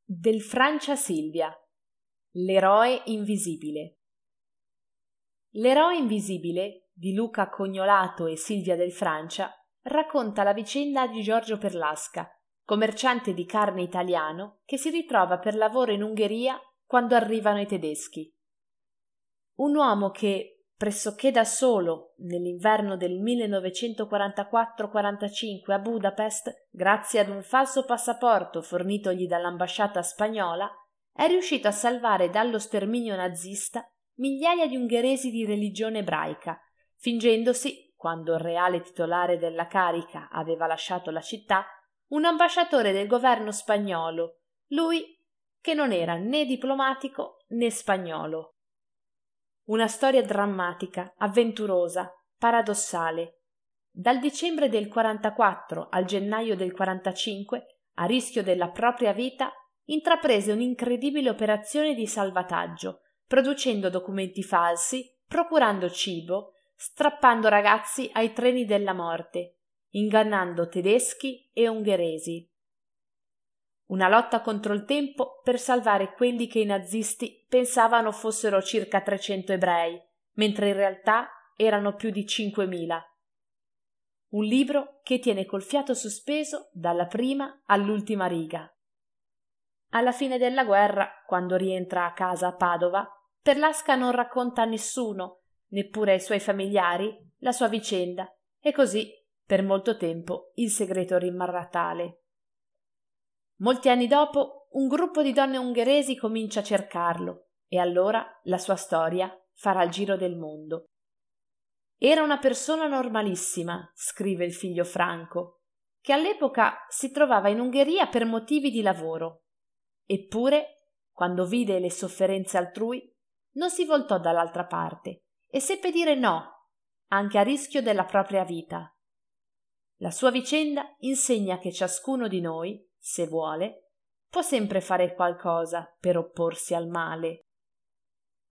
Del Francia Silvia, l'eroe invisibile. L'eroe invisibile di Luca Cognolato e Silvia del Francia racconta la vicenda di Giorgio Perlasca, commerciante di carne italiano che si ritrova per lavoro in Ungheria quando arrivano i tedeschi. Un uomo che, pressoché da solo, nell'inverno del 1944-45 a Budapest, grazie ad un falso passaporto fornitogli dall'ambasciata spagnola, è riuscito a salvare dallo sterminio nazista migliaia di ungheresi di religione ebraica, fingendosi, quando il reale titolare della carica aveva lasciato la città, un ambasciatore del governo spagnolo, lui che non era né diplomatico né spagnolo. Una storia drammatica, avventurosa, paradossale. Dal dicembre del 44 al gennaio del 45, a rischio della propria vita, intraprese un'incredibile operazione di salvataggio, producendo documenti falsi, procurando cibo, strappando ragazzi ai treni della morte, ingannando tedeschi e ungheresi. Una lotta contro il tempo per salvare quelli che i nazisti pensavano fossero circa 300 ebrei, mentre in realtà erano più di 5.000. Un libro che tiene col fiato sospeso dalla prima all'ultima riga. Alla fine della guerra, quando rientra a casa a Padova, Perlasca non racconta a nessuno, neppure ai suoi familiari, la sua vicenda, e così, per molto tempo, il segreto rimarrà tale. Molti anni dopo, un gruppo di donne ungheresi comincia a cercarlo e allora la sua storia farà il giro del mondo. Era una persona normalissima, scrive il figlio Franco, che all'epoca si trovava in Ungheria per motivi di lavoro. Eppure, quando vide le sofferenze altrui, non si voltò dall'altra parte e seppe dire no, anche a rischio della propria vita. La sua vicenda insegna che ciascuno di noi, se vuole, può sempre fare qualcosa per opporsi al male.